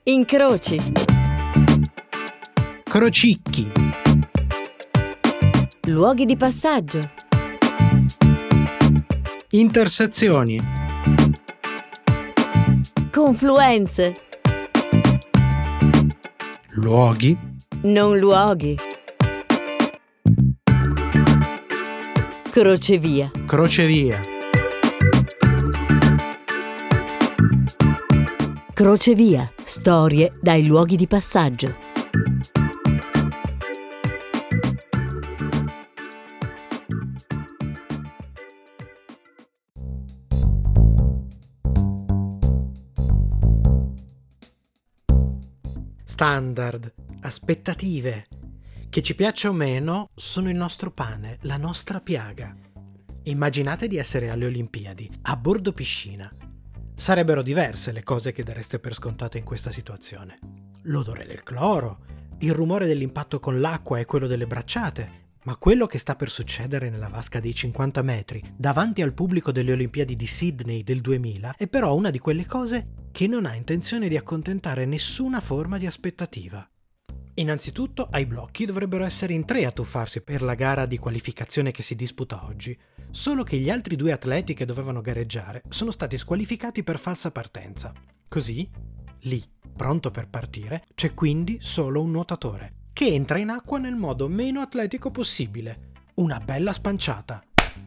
Incroci. Crocicchi. Luoghi di passaggio. Intersezioni. Confluenze. Luoghi. Non luoghi. Crocevia. Crocevia. Crocevia. Storie dai luoghi di passaggio. Standard, aspettative, che ci piaccia o meno, sono il nostro pane, la nostra piaga. Immaginate di essere alle Olimpiadi, a bordo piscina. Sarebbero diverse le cose che dareste per scontate in questa situazione. L'odore del cloro, il rumore dell'impatto con l'acqua e quello delle bracciate. Ma quello che sta per succedere nella vasca dei 50 metri, davanti al pubblico delle Olimpiadi di Sydney del 2000, è però una di quelle cose che non ha intenzione di accontentare nessuna forma di aspettativa. Innanzitutto, ai blocchi dovrebbero essere in 3 a tuffarsi per la gara di qualificazione che si disputa oggi, solo che gli altri 2 atleti che dovevano gareggiare sono stati squalificati per falsa partenza. Così, lì, pronto per partire, c'è quindi solo un nuotatore, che entra in acqua nel modo meno atletico possibile. Una bella spanciata.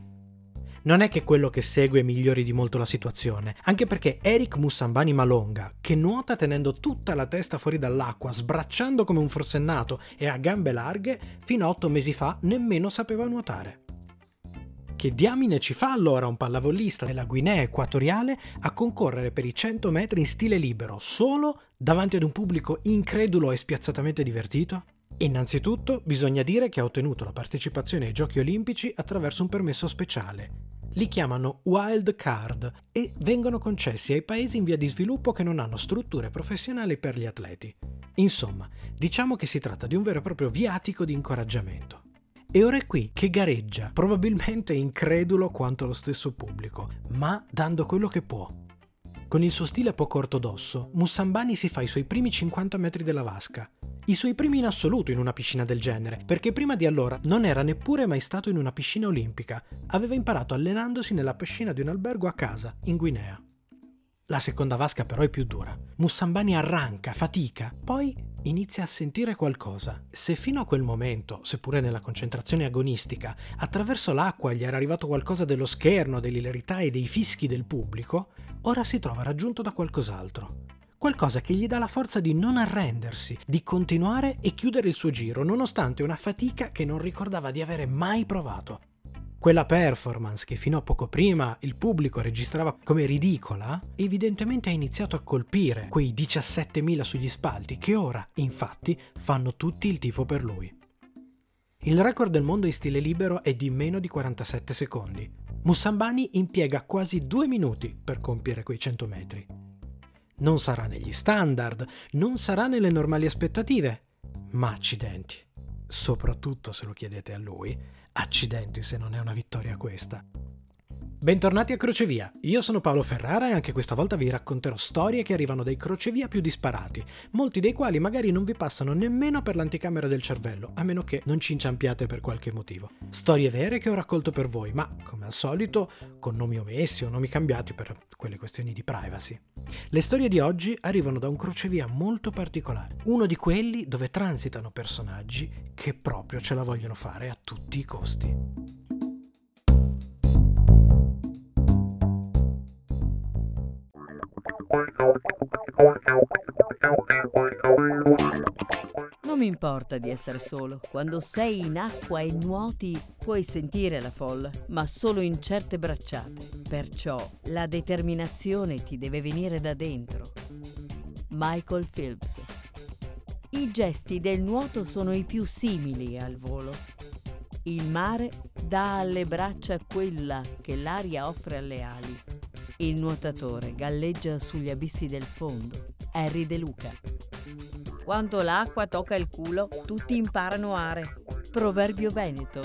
Non è che quello che segue migliori di molto la situazione, anche perché Eric Mussambani Malonga, che nuota tenendo tutta la testa fuori dall'acqua, sbracciando come un forsennato e a gambe larghe, fino a 8 mesi fa nemmeno sapeva nuotare. Che diamine ci fa allora un pallavolista della Guinea Equatoriale a concorrere per i 100 metri in stile libero, solo davanti ad un pubblico incredulo e spiazzatamente divertito? Innanzitutto bisogna dire che ha ottenuto la partecipazione ai Giochi Olimpici attraverso un permesso speciale. Li chiamano Wild Card e vengono concessi ai paesi in via di sviluppo che non hanno strutture professionali per gli atleti. Insomma, diciamo che si tratta di un vero e proprio viatico di incoraggiamento. E ora è qui che gareggia, probabilmente incredulo quanto lo stesso pubblico, ma dando quello che può. Con il suo stile poco ortodosso, Mussambani si fa i suoi primi 50 metri della vasca. I suoi primi in assoluto in una piscina del genere, perché prima di allora non era neppure mai stato in una piscina olimpica. Aveva imparato allenandosi nella piscina di un albergo a casa, in Guinea. La seconda vasca però è più dura. Mussambani arranca, fatica, poi inizia a sentire qualcosa. Se fino a quel momento, seppure nella concentrazione agonistica, attraverso l'acqua gli era arrivato qualcosa dello scherno, dell'ilarità e dei fischi del pubblico, ora si trova raggiunto da qualcos'altro. Qualcosa che gli dà la forza di non arrendersi, di continuare e chiudere il suo giro, nonostante una fatica che non ricordava di avere mai provato. Quella performance che fino a poco prima il pubblico registrava come ridicola, evidentemente ha iniziato a colpire quei 17.000 sugli spalti che ora, infatti, fanno tutti il tifo per lui. Il record del mondo in stile libero è di meno di 47 secondi. Mussambani impiega quasi 2 minuti per compiere quei 100 metri. Non sarà negli standard, non sarà nelle normali aspettative, ma accidenti. Soprattutto se lo chiedete a lui, accidenti se non è una vittoria questa. Bentornati a Crocevia, io sono Paolo Ferrara e anche questa volta vi racconterò storie che arrivano dai crocevia più disparati, molti dei quali magari non vi passano nemmeno per l'anticamera del cervello, a meno che non ci inciampiate per qualche motivo. Storie vere che ho raccolto per voi, ma come al solito con nomi omessi o nomi cambiati per quelle questioni di privacy. Le storie di oggi arrivano da un crocevia molto particolare, uno di quelli dove transitano personaggi che proprio ce la vogliono fare a tutti i costi. Non mi importa di essere solo. Quando sei in acqua e nuoti puoi sentire la folla, ma solo in certe bracciate. Perciò la determinazione ti deve venire da dentro. Michael Phelps. I gesti del nuoto sono i più simili al volo. Il mare dà alle braccia quella che l'aria offre alle ali. Il nuotatore galleggia sugli abissi del fondo. Harry De Luca. Quando l'acqua tocca il culo, tutti imparano are. Proverbio veneto.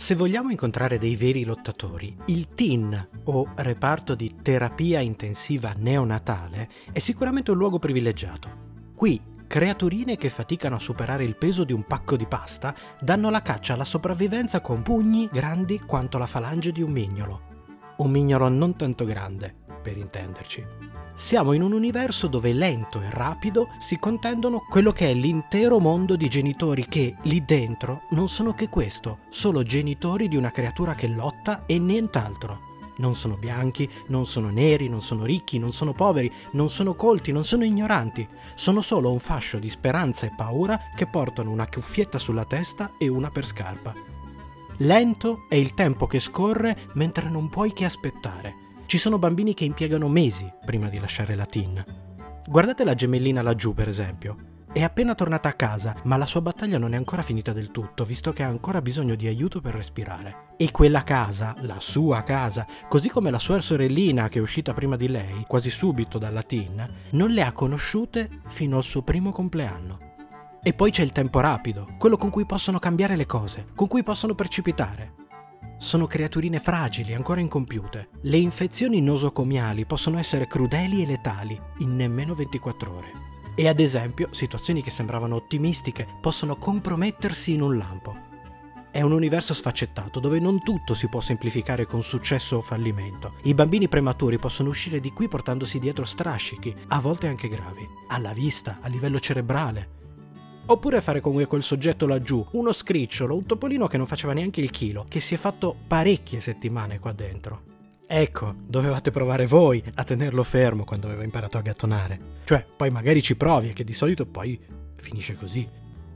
Se vogliamo incontrare dei veri lottatori, il TIN, o reparto di terapia intensiva neonatale, è sicuramente un luogo privilegiato. Qui, creaturine che faticano a superare il peso di un pacco di pasta danno la caccia alla sopravvivenza con pugni grandi quanto la falange di un mignolo. Un mignolo non tanto grande, per intenderci. Siamo in un universo dove lento e rapido si contendono quello che è l'intero mondo di genitori che, lì dentro, non sono che questo, solo genitori di una creatura che lotta e nient'altro. Non sono bianchi, non sono neri, non sono ricchi, non sono poveri, non sono colti, non sono ignoranti. Sono solo un fascio di speranza e paura che portano una cuffietta sulla testa e una per scarpa. Lento è il tempo che scorre mentre non puoi che aspettare. Ci sono bambini che impiegano mesi prima di lasciare la TIN. Guardate la gemellina laggiù, per esempio. È appena tornata a casa, ma la sua battaglia non è ancora finita del tutto, visto che ha ancora bisogno di aiuto per respirare. E quella casa, la sua casa, così come la sua sorellina che è uscita prima di lei, quasi subito dalla TIN, non le ha conosciute fino al suo primo compleanno. E poi c'è il tempo rapido, quello con cui possono cambiare le cose, con cui possono precipitare. Sono creaturine fragili, ancora incompiute. Le infezioni nosocomiali possono essere crudeli e letali in nemmeno 24 ore. E ad esempio, situazioni che sembravano ottimistiche possono compromettersi in un lampo. È un universo sfaccettato dove non tutto si può semplificare con successo o fallimento. I bambini prematuri possono uscire di qui portandosi dietro strascichi, a volte anche gravi, alla vista, a livello cerebrale. Oppure fare come quel soggetto laggiù, uno scricciolo, un topolino che non faceva neanche il chilo, che si è fatto parecchie settimane qua dentro. Ecco, dovevate provare voi a tenerlo fermo quando aveva imparato a gattonare. Cioè, poi magari ci provi, e che di solito poi finisce così.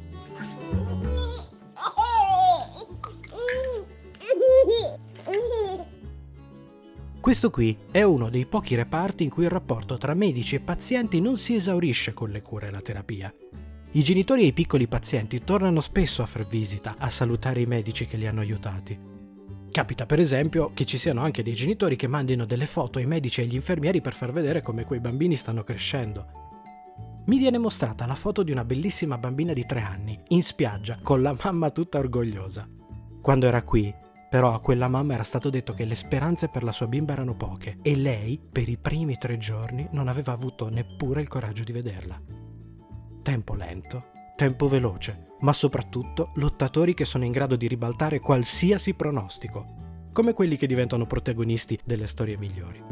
Questo qui è uno dei pochi reparti in cui il rapporto tra medici e pazienti non si esaurisce con le cure e la terapia. I genitori e i piccoli pazienti tornano spesso a far visita, a salutare i medici che li hanno aiutati. Capita per esempio che ci siano anche dei genitori che mandino delle foto ai medici e agli infermieri per far vedere come quei bambini stanno crescendo. Mi viene mostrata la foto di una bellissima bambina di 3 anni, in spiaggia, con la mamma tutta orgogliosa. Quando era qui, però, a quella mamma era stato detto che le speranze per la sua bimba erano poche e lei, per i primi 3 giorni, non aveva avuto neppure il coraggio di vederla. Tempo lento, tempo veloce, ma soprattutto lottatori che sono in grado di ribaltare qualsiasi pronostico, come quelli che diventano protagonisti delle storie migliori.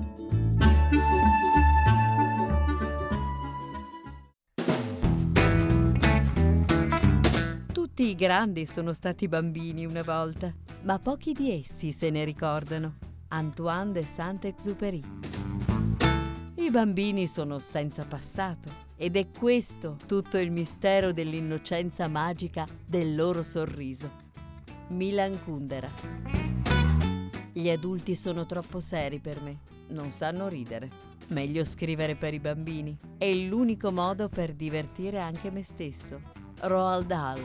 Tutti i grandi sono stati bambini una volta, ma pochi di essi se ne ricordano. Antoine de Saint-Exupéry. I bambini sono senza passato. Ed è questo tutto il mistero dell'innocenza magica del loro sorriso. Milan Kundera. Gli adulti sono troppo seri per me, non sanno ridere. Meglio scrivere per i bambini. È l'unico modo per divertire anche me stesso. Roald Dahl.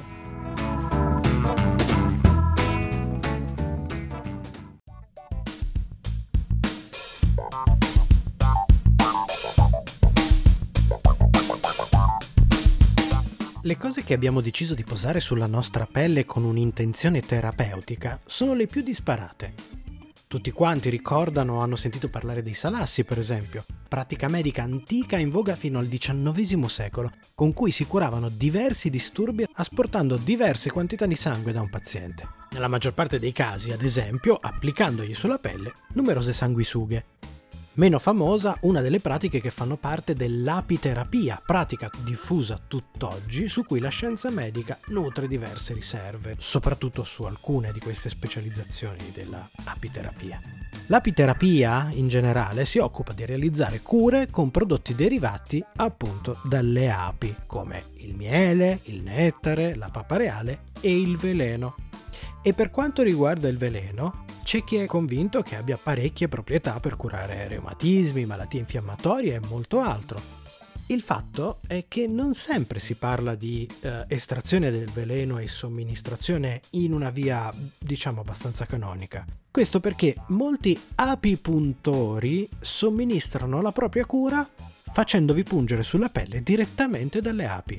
Le cose che abbiamo deciso di posare sulla nostra pelle con un'intenzione terapeutica sono le più disparate. Tutti quanti ricordano o hanno sentito parlare dei salassi, per esempio, pratica medica antica in voga fino al XIX secolo, con cui si curavano diversi disturbi asportando diverse quantità di sangue da un paziente. Nella maggior parte dei casi, ad esempio, applicandogli sulla pelle numerose sanguisughe. Meno famosa una delle pratiche che fanno parte dell'apiterapia, pratica diffusa tutt'oggi su cui la scienza medica nutre diverse riserve, soprattutto su alcune di queste specializzazioni della apiterapia. L'apiterapia, in generale, si occupa di realizzare cure con prodotti derivati appunto dalle api, come il miele, il nettare, la pappa reale e il veleno. E per quanto riguarda il veleno, c'è chi è convinto che abbia parecchie proprietà per curare reumatismi, malattie infiammatorie e molto altro. Il fatto è che non sempre si parla di estrazione del veleno e somministrazione in una via, diciamo, abbastanza canonica. Questo perché molti apipuntori somministrano la propria cura facendovi pungere sulla pelle direttamente dalle api.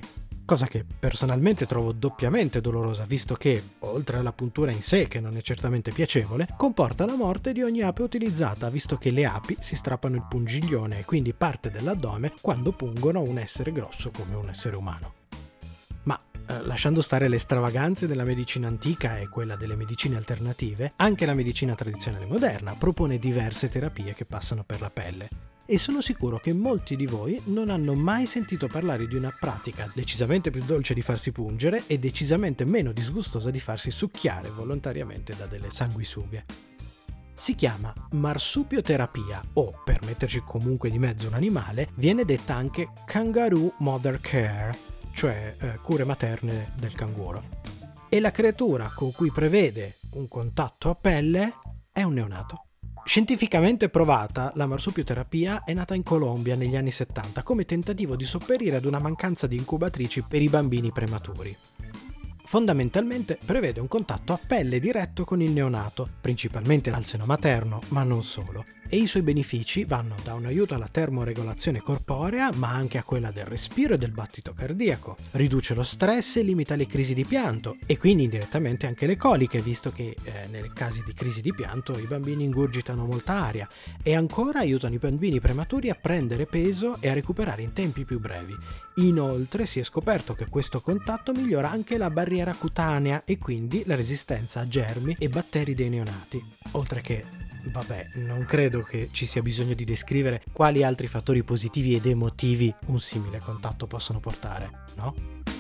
cosa che personalmente trovo doppiamente dolorosa, visto che, oltre alla puntura in sé, che non è certamente piacevole, comporta la morte di ogni ape utilizzata, visto che le api si strappano il pungiglione e quindi parte dell'addome quando pungono un essere grosso come un essere umano. Ma lasciando stare le stravaganze della medicina antica e quella delle medicine alternative, anche la medicina tradizionale moderna propone diverse terapie che passano per la pelle. E sono sicuro che molti di voi non hanno mai sentito parlare di una pratica decisamente più dolce di farsi pungere e decisamente meno disgustosa di farsi succhiare volontariamente da delle sanguisughe. Si chiama marsupioterapia o, per metterci comunque di mezzo un animale, viene detta anche kangaroo mother care, cioè cure materne del canguro. E la creatura con cui prevede un contatto a pelle è un neonato. Scientificamente provata, la marsupioterapia è nata in Colombia negli anni 70 come tentativo di sopperire ad una mancanza di incubatrici per i bambini prematuri. Fondamentalmente prevede un contatto a pelle diretto con il neonato, principalmente al seno materno, ma non solo, e i suoi benefici vanno da un aiuto alla termoregolazione corporea, ma anche a quella del respiro e del battito cardiaco, riduce lo stress e limita le crisi di pianto, e quindi indirettamente anche le coliche, visto che nei casi di crisi di pianto i bambini ingurgitano molta aria, e ancora aiutano i bambini prematuri a prendere peso e a recuperare in tempi più brevi. Inoltre si è scoperto che questo contatto migliora anche la barriera cutanea e quindi la resistenza a germi e batteri dei neonati. Oltre che, non credo che ci sia bisogno di descrivere quali altri fattori positivi ed emotivi un simile contatto possono portare, no?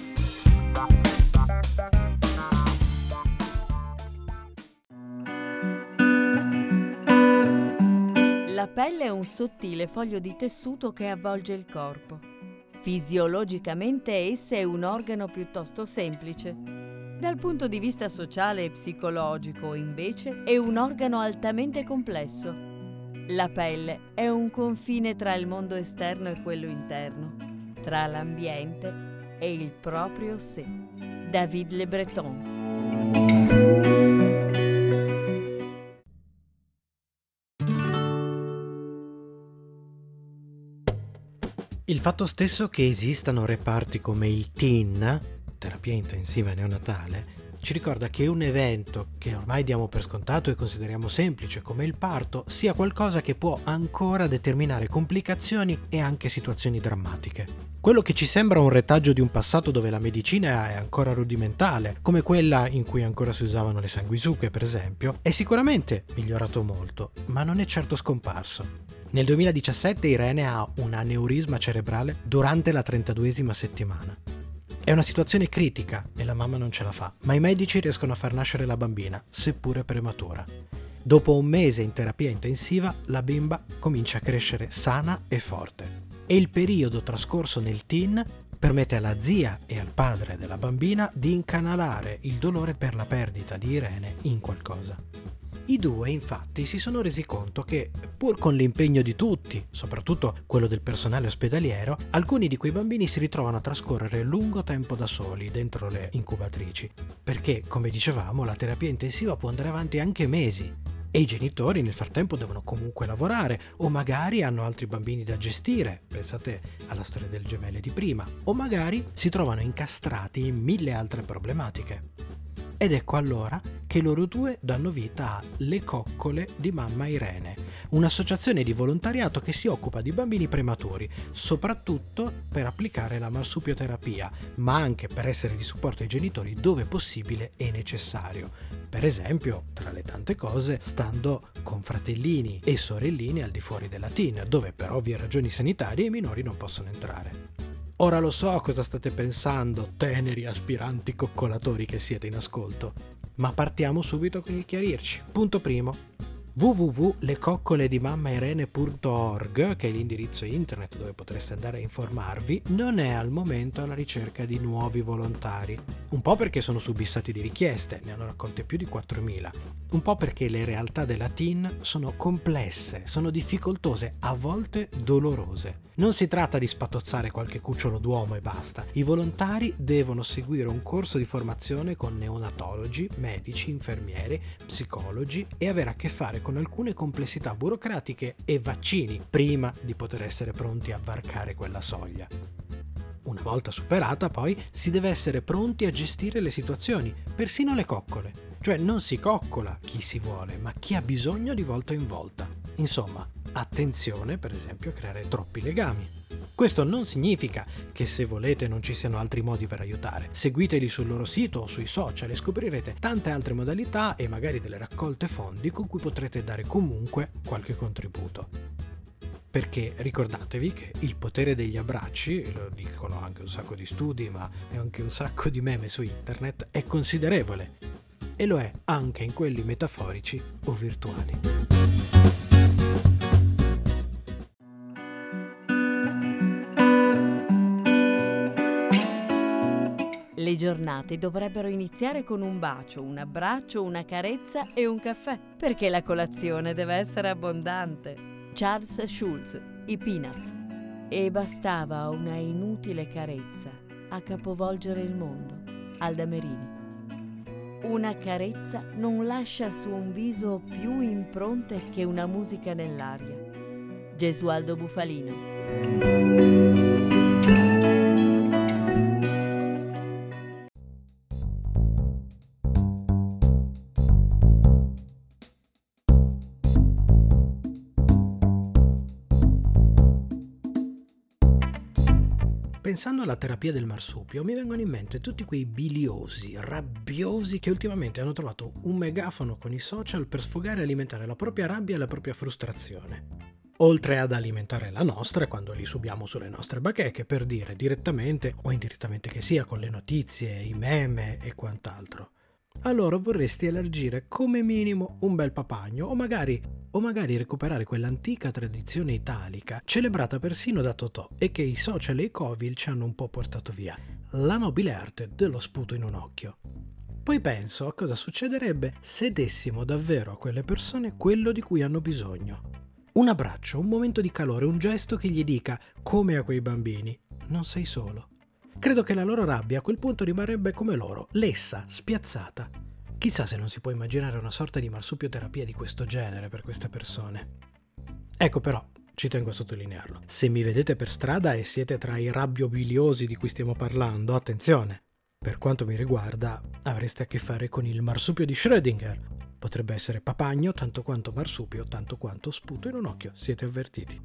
La pelle è un sottile foglio di tessuto che avvolge il corpo. Fisiologicamente essa è un organo piuttosto semplice. Dal punto di vista sociale e psicologico, invece, è un organo altamente complesso. La pelle è un confine tra il mondo esterno e quello interno, tra l'ambiente e il proprio sé. David Le Breton. Il fatto stesso che esistano reparti come il TIN, terapia intensiva neonatale, ci ricorda che un evento che ormai diamo per scontato e consideriamo semplice come il parto sia qualcosa che può ancora determinare complicazioni e anche situazioni drammatiche. Quello che ci sembra un retaggio di un passato dove la medicina è ancora rudimentale, come quella in cui ancora si usavano le sanguisughe per esempio, è sicuramente migliorato molto, ma non è certo scomparso. Nel 2017 Irene ha un aneurisma cerebrale durante la 32esima settimana. È una situazione critica e la mamma non ce la fa, ma i medici riescono a far nascere la bambina, seppure prematura. Dopo un mese in terapia intensiva, la bimba comincia a crescere sana e forte. E il periodo trascorso nel TIN permette alla zia e al padre della bambina di incanalare il dolore per la perdita di Irene in qualcosa. I due infatti si sono resi conto che, pur con l'impegno di tutti, soprattutto quello del personale ospedaliero, alcuni di quei bambini si ritrovano a trascorrere lungo tempo da soli dentro le incubatrici, perché, come dicevamo, la terapia intensiva può andare avanti anche mesi e i genitori nel frattempo devono comunque lavorare o magari hanno altri bambini da gestire, pensate alla storia delle gemelle di prima, o magari si trovano incastrati in 1000 altre problematiche. Ed ecco allora che loro due danno vita a Le Coccole di Mamma Irene, un'associazione di volontariato che si occupa di bambini prematuri, soprattutto per applicare la marsupioterapia, ma anche per essere di supporto ai genitori dove possibile e necessario. Per esempio, tra le tante cose, stando con fratellini e sorelline al di fuori della TIN, dove per ovvie ragioni sanitarie i minori non possono entrare. Ora lo so cosa state pensando, teneri aspiranti coccolatori che siete in ascolto, ma partiamo subito con il chiarirci. Punto primo. www.lecoccoledimammairene.org, che è l'indirizzo internet dove potreste andare a informarvi, non è al momento alla ricerca di nuovi volontari. Un po' perché sono subissati di richieste, ne hanno raccolte più di 4.000. Un po' perché le realtà della TIN sono complesse, sono difficoltose, a volte dolorose. Non si tratta di spatozzare qualche cucciolo d'uomo e basta. I volontari devono seguire un corso di formazione con neonatologi, medici, infermieri, psicologi e avere a che fare con alcune complessità burocratiche e vaccini prima di poter essere pronti a varcare quella soglia. Una volta superata, poi, si deve essere pronti a gestire le situazioni, persino le coccole. Cioè non si coccola chi si vuole, ma chi ha bisogno di volta in volta. Insomma, attenzione per esempio a creare troppi legami. Questo non significa che se volete non ci siano altri modi per aiutare. Seguiteli sul loro sito o sui social e scoprirete tante altre modalità e magari delle raccolte fondi con cui potrete dare comunque qualche contributo. Perché ricordatevi che il potere degli abbracci, lo dicono anche un sacco di studi, ma è anche un sacco di meme su internet, è considerevole. E lo è anche in quelli metaforici o virtuali. Le giornate dovrebbero iniziare con un bacio, un abbraccio, una carezza e un caffè, perché la colazione deve essere abbondante. Charles Schulz, i Peanuts. E bastava una inutile carezza a capovolgere il mondo. Alda Merini. Una carezza non lascia su un viso più impronte che una musica nell'aria. Gesualdo Bufalino. Pensando alla terapia del marsupio, mi vengono in mente tutti quei biliosi, rabbiosi che ultimamente hanno trovato un megafono con i social per sfogare e alimentare la propria rabbia e la propria frustrazione. Oltre ad alimentare la nostra quando li subiamo sulle nostre bacheche, per dire direttamente o indirettamente che sia, con le notizie, i meme e quant'altro. A loro vorresti elargire come minimo un bel papagno o magari recuperare quell'antica tradizione italica celebrata persino da Totò e che i social e i Covil ci hanno un po' portato via: la nobile arte dello sputo in un occhio. Poi penso a cosa succederebbe se dessimo davvero a quelle persone quello di cui hanno bisogno. Un abbraccio, un momento di calore, un gesto che gli dica, come a quei bambini, non sei solo. Credo che la loro rabbia a quel punto rimarrebbe come loro, lessa, spiazzata. Chissà se non si può immaginare una sorta di marsupioterapia di questo genere per queste persone. Ecco però, ci tengo a sottolinearlo, se mi vedete per strada e siete tra i rabbiobiliosi di cui stiamo parlando, attenzione! Per quanto mi riguarda, avreste a che fare con il marsupio di Schrödinger. Potrebbe essere papagno tanto quanto marsupio, tanto quanto sputo in un occhio, siete avvertiti.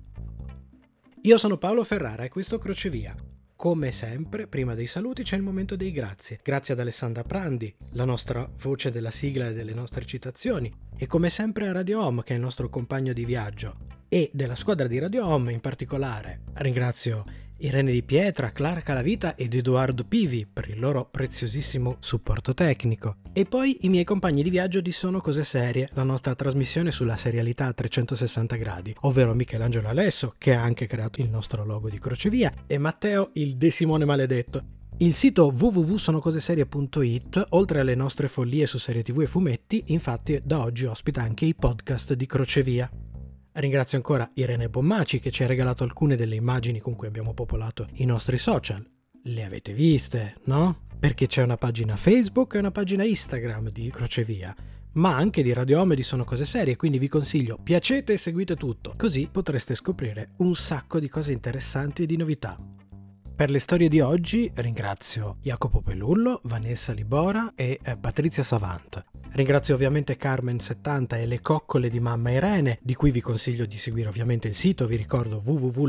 Io sono Paolo Ferrara e questo Crocevia. Come sempre, prima dei saluti c'è il momento dei grazie. Grazie ad Alessandra Prandi, la nostra voce della sigla e delle nostre citazioni, e come sempre a Radio Home, che è il nostro compagno di viaggio, e della squadra di Radio Home in particolare. Ringrazio Irene Di Pietra, Clara Calavita ed Edoardo Pivi per il loro preziosissimo supporto tecnico. E poi i miei compagni di viaggio di Sono Cose Serie, la nostra trasmissione sulla serialità a 360 gradi, ovvero Michelangelo Alesso, che ha anche creato il nostro logo di Crocevia, e Matteo il De Simone Maledetto. Il sito www.sonocoseserie.it, oltre alle nostre follie su serie TV e fumetti, infatti da oggi ospita anche i podcast di Crocevia. Ringrazio ancora Irene Bommaci che ci ha regalato alcune delle immagini con cui abbiamo popolato i nostri social. Le avete viste, no? Perché c'è una pagina Facebook e una pagina Instagram di Crocevia, ma anche di Radio Home e di Sono Cose Serie, quindi vi consiglio, piacete e seguite tutto, così potreste scoprire un sacco di cose interessanti e di novità. Per le storie di oggi ringrazio Jacopo Pelullo, Vanessa Libora e Patrizia Savant. Ringrazio ovviamente Carmen70 e le coccole di Mamma Irene, di cui vi consiglio di seguire ovviamente il sito, vi ricordo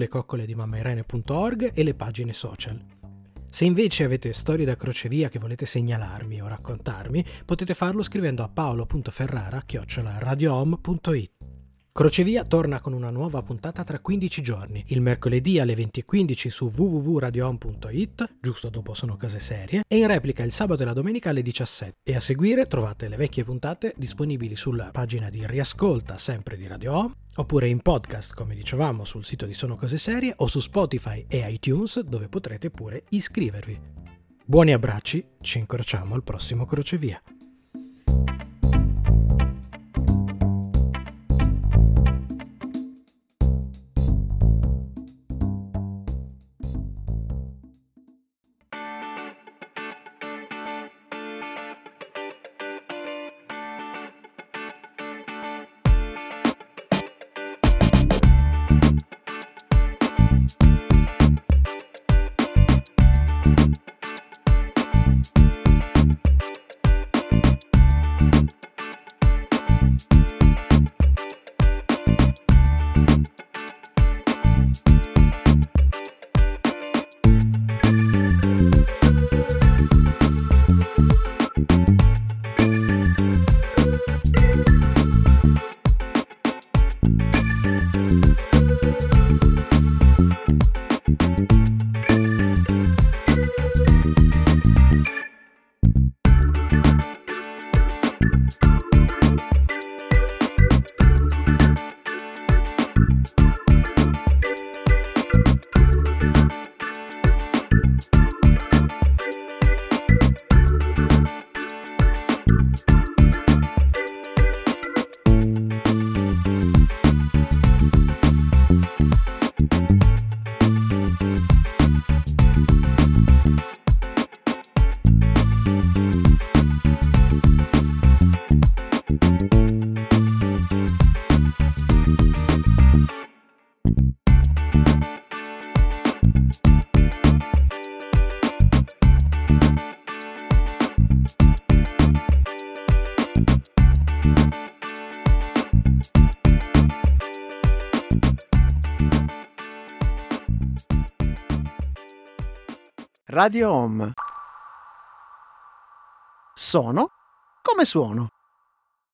www.lecoccoledimammairene.org e le pagine social. Se invece avete storie da crocevia che volete segnalarmi o raccontarmi, potete farlo scrivendo a paolo.ferrara@radiohome.it. Crocevia torna con una nuova puntata tra 15 giorni, il mercoledì alle 20:15 su www.radiohome.it, giusto dopo Sono Cose Serie, e in replica il sabato e la domenica alle 17. E a seguire trovate le vecchie puntate disponibili sulla pagina di riascolta sempre di Radio Home, oppure in podcast, come dicevamo, sul sito di Sono Cose Serie o su Spotify e iTunes, dove potrete pure iscrivervi. Buoni abbracci, ci incrociamo al prossimo Crocevia. Radio Home. Sono come suono.